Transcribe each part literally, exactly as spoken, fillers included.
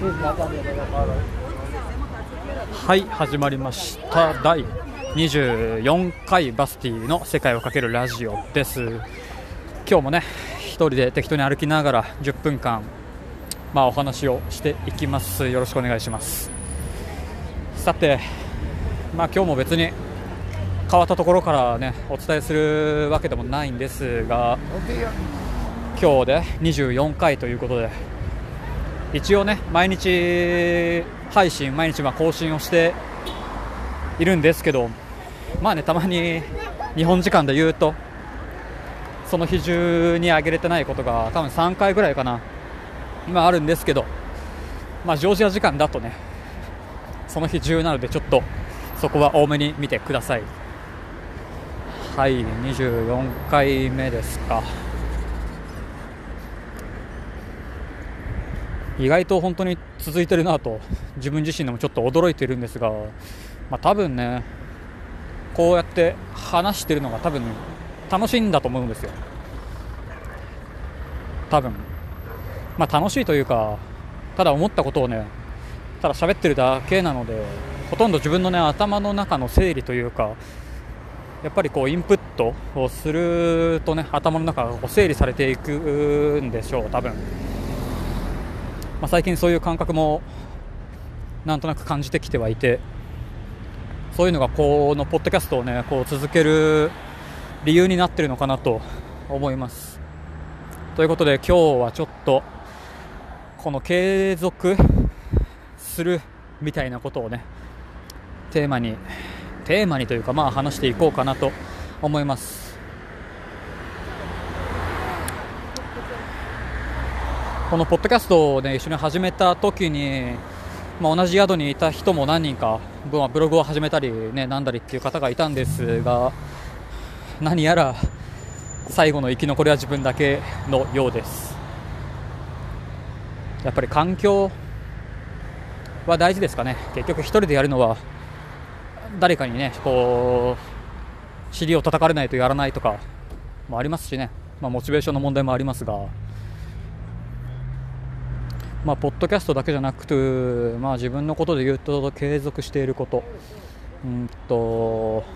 はい、始まりましただいにじゅうよんかいバスティの世界をかけるラジオです。今日もね一人で適当に歩きながらじゅっぷんかん、まあ、お話をしていきます。よろしくお願いします。さて、まあ、今日も別に変わったところからねお伝えするわけでもないんですが、今日でにじゅうよんかいということで、一応ね毎日配信毎日まあ更新をしているんですけど、まあねたまに日本時間で言うとその日中に上げれてないことが多分さんかいぐらいかな今あるんですけど、まあジョージア時間だとねその日中なのでちょっとそこは多めに見てください。はい、にじゅうよんかいめですか。意外と本当に続いてるなと自分自身でもちょっと驚いているんですが、まあ、多分ねこうやって話してるのが多分楽しいんだと思うんですよ。多分まあ楽しいというか、ただ思ったことをねただ喋ってるだけなので、ほとんど自分のね頭の中の整理というか、やっぱりこうインプットをするとね頭の中がこう整理されていくんでしょう多分。まあ、最近そういう感覚もなんとなく感じてきてはいて、そういうのがこのポッドキャストをねこう続ける理由になっているのかなと思います。ということで今日はちょっとこの継続するみたいなことをねテーマにテーマにというかまあ話していこうかなと思います。このポッドキャストを、ね、一緒に始めた時に、まあ、同じ宿にいた人も何人かブログを始めたり、ね、なんだりっていう方がいたんですが、何やら最後の生き残りは自分だけのようです。やっぱり環境は大事ですかね。結局一人でやるのは誰かにねこう尻を叩かれないとやらないとかもありますしね、まあ、モチベーションの問題もありますが、まあ、ポッドキャストだけじゃなくて、まあ、自分のことで言うと継続していること、うんと、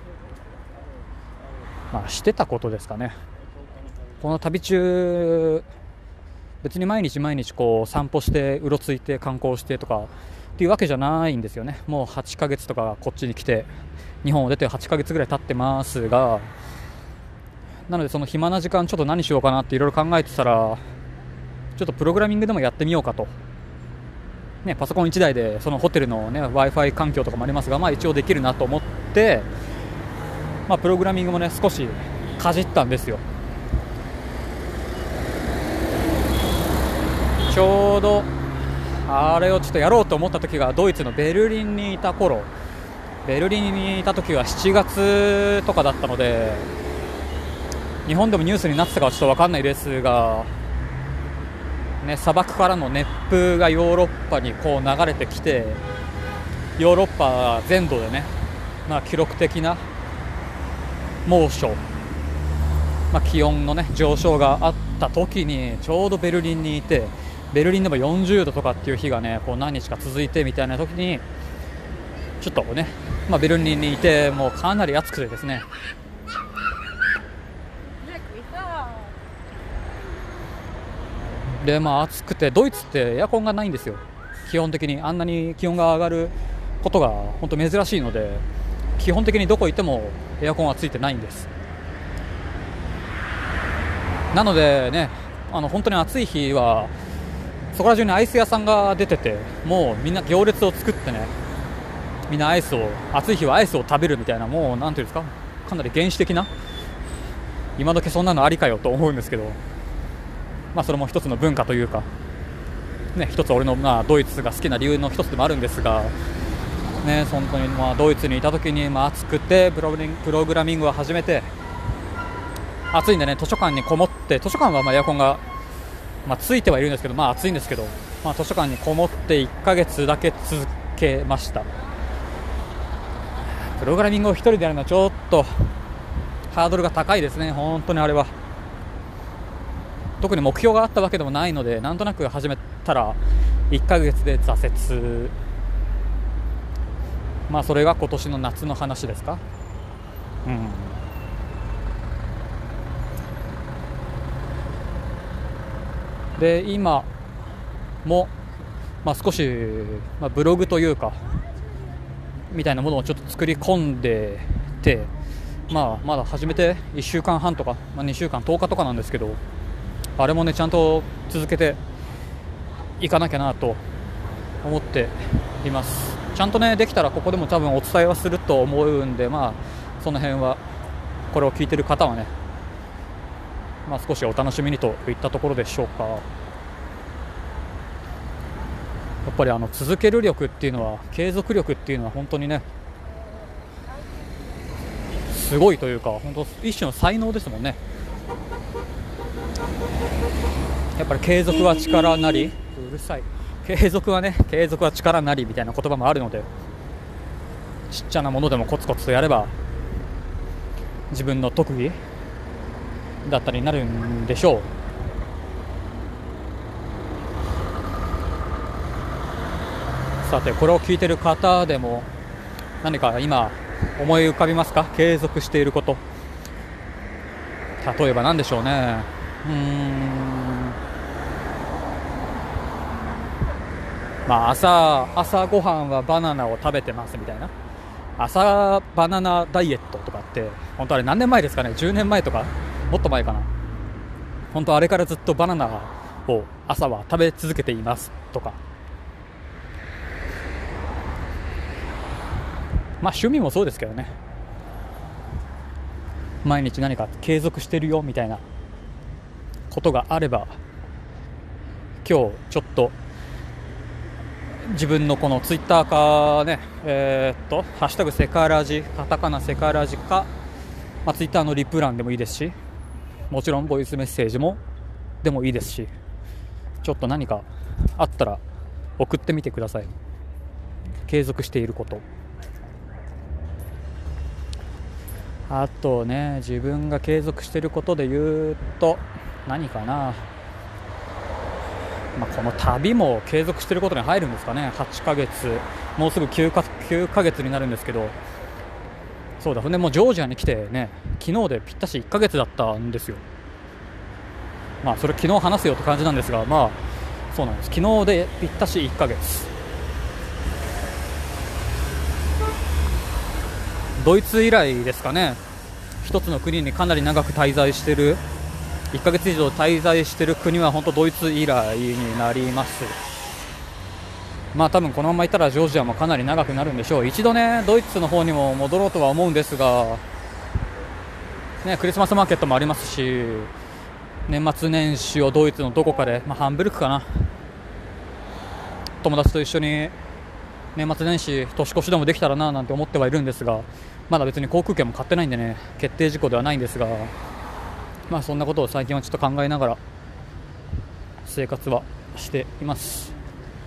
まあ、してたことですかね。この旅中別に毎日毎日こう散歩してうろついて観光してとかっていうわけじゃないんですよね。もうはちかげつとかこっちに来て日本を出てはちかげつぐらい経ってますが、なのでその暇な時間ちょっと何しようかなっていろいろ考えてたら、ちょっとプログラミングでもやってみようかと、ね、パソコンいちだいでそのホテルの、ね、Wi-Fi 環境とかもありますが、まあ、一応できるなと思って、まあ、プログラミングもね少しかじったんですよ。ちょうどあれをちょっとやろうと思った時がドイツのベルリンにいた頃、ベルリンにいた時はしちがつとかだったので、日本でもニュースになってたかはちょっと分かんないですがね、砂漠からの熱風がヨーロッパにこう流れてきて、ヨーロッパ全土でね、まあ、記録的な猛暑、まあ、気温の、ね、上昇があった時にちょうどベルリンにいて、ベルリンでもよんじゅうどとかっていう日がねこう何日か続いてみたいな時にちょっとね、まあ、ベルリンにいてもうかなり暑くてですね、でまあ暑くて、ドイツってエアコンがないんですよ。基本的にあんなに気温が上がることが本当珍しいので、基本的にどこ行ってもエアコンはついてないんです。なのでね、あの本当に暑い日はそこら中にアイス屋さんが出てて、もうみんな行列を作ってね、みんなアイスを、暑い日はアイスを食べるみたいな、もうなんていうんですか、かなり原始的な、今時そんなのありかよと思うんですけど、まあ、それも一つの文化というか、ね、一つ俺のまあドイツが好きな理由の一つでもあるんですが、ね、本当にまあドイツにいた時にまあ暑くてプログラミングを始めて、暑いんでね図書館にこもって、図書館はまあエアコンがまあついてはいるんですけど、まあ暑いんですけど、まあ、図書館にこもっていっかげつだけ続けました。プログラミングを一人でやるのはちょっとハードルが高いですね。本当にあれは特に目標があったわけでもないので、なんとなく始めたらいっかげつで挫折。まあそれが今年の夏の話ですか。うんで今も、まあ、少し、まあ、ブログというかみたいなものをちょっと作り込んでて、まあ、まだ始めていっしゅうかんはんとか、まあ、にしゅうかんとおかとかなんですけど、あれもねちゃんと続けていかなきゃなと思っています。ちゃんとねできたらここでも多分お伝えはすると思うんで、まあその辺はこれを聞いてる方はね、まあ、少しお楽しみにといったところでしょうか。やっぱりあの続ける力っていうのは、継続力っていうのは本当にねすごいというか、本当一種の才能ですもんね。やっぱり継続は力なり、うるさい、継続はね継続は力なりみたいな言葉もあるので、ちっちゃなものでもコツコツとやれば自分の特技だったりになるんでしょう。さてこれを聞いている方でも何か今思い浮かびますか？継続していること、例えば何でしょうね。うーんまあ朝朝ごはんはバナナを食べてますみたいな、朝バナナダイエットとかって本当あれ何年前ですかね。じゅうねんまえとかもっと前かな。本当あれからずっとバナナを朝は食べ続けていますとか、まあ趣味もそうですけどね、毎日何か継続してるよみたいなことがあれば、今日ちょっと自分のこのツイッターかね、えー、っとハッシュタグセカラジ、カタカナセカラジか、まあ、ツイッターのリプ欄でもいいですし、もちろんボイスメッセージもでもいいですし、ちょっと何かあったら送ってみてください。継続していること、あとね自分が継続していることで言うと何かな、まあ、この旅も継続していることに入るんですかね。はちかげつ、もうすぐ 9, かきゅうかげつになるんですけど、そうだ、ほんでもうジョージアに来てね、昨日でぴったしいっかげつだったんですよ。まあそれ昨日話すよって感じなんですが、まあそうなんです、昨日でぴったしいっかげつ。ドイツ以来ですかね、一つの国にかなり長く滞在している、いっかげつ以上滞在している国は本当ドイツ以来になります。まあ多分このままいったらジョージアもかなり長くなるんでしょう。一度ねドイツの方にも戻ろうとは思うんですが、ね、クリスマスマーケットもありますし、年末年始をドイツのどこかで、まあ、ハンブルクかな、友達と一緒に年末年始年越しでもできたらななんて思ってはいるんですが、まだ別に航空券も買ってないんでね、決定事項ではないんですが、まあそんなことを最近はちょっと考えながら生活はしています。や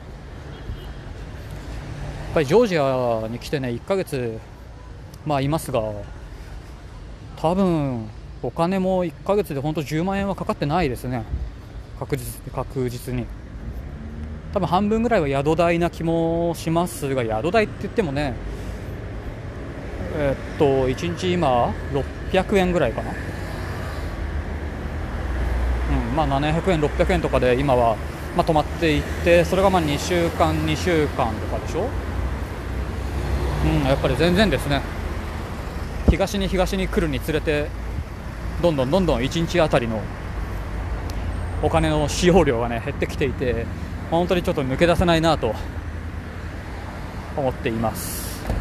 っぱりジョージアに来てねいっかげつまあいますが、多分お金もいっかげつで本当じゅうまんえんはかかってないですね。確実確実に多分半分ぐらいは宿代な気もしますが、宿代って言ってもね、えー、っといちにち今ろっぴゃくえんぐらいかな、うん、まあななひゃくえんろっぴゃくえんとかで今は、まあ、泊まっていって、それがまあにしゅうかんにしゅうかんとかでしょ。うん、やっぱり全然ですね。東に東に来るにつれてどんどんどんどんいちにちあたりのお金の使用量がね減ってきていて、本当にちょっと抜け出せないなと思っています。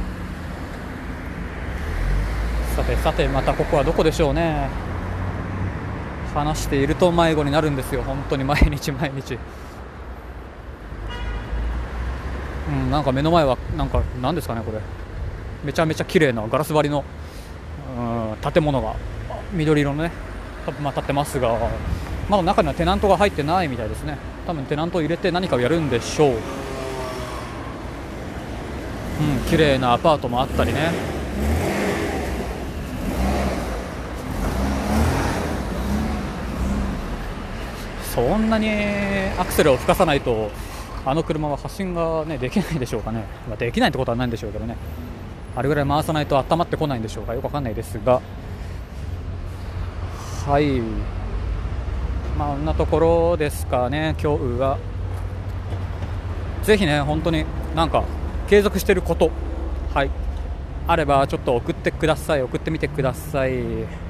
さてさて、またここはどこでしょうね。話していると迷子になるんですよ、本当に毎日毎日。うん、なんか目の前はなんか何ですかね、これめちゃめちゃ綺麗なガラス張りの、うん、建物が緑色のね、まあ、建ってますが、まだ中にはテナントが入ってないみたいですね。多分テナントを入れて何かをやるんでしょう。うん、綺麗なアパートもあったりね。そんなにアクセルを吹かさないとあの車は発進が、ね、できないでしょうかね、まあ、できないってことはないんでしょうけどね、あれぐらい回さないと温まってこないんでしょうか、よくわかんないですが、はい、まあこんなところですかね。今日はぜひね、本当になんか継続していること、はい、あればちょっと送ってください、送ってみてください。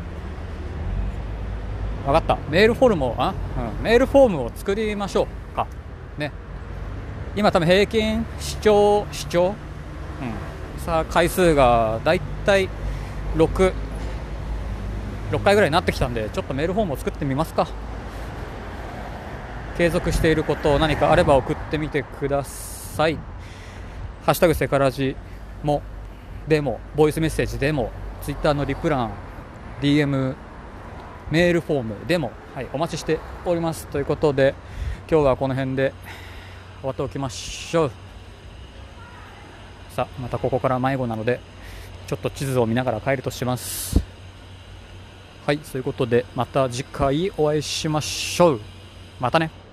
分かった、メールフォルムをあ、うん、メールフォームを作りましょうかね。今多分平均視聴視聴、うん、さあ回数がだいたいろく、ろっかいぐらいになってきたんで、ちょっとメールフォームを作ってみますか。継続していること何かあれば送ってみてください。ハッシュタグセカラジもでもボイスメッセージでもツイッターのリプラン ディーエム メールフォームでも、はい、お待ちしております。ということで今日はこの辺で終わっておきましょう。さあまたここから迷子なのでちょっと地図を見ながら帰るとします。はい、そういうことでまた次回お会いしましょう。またね。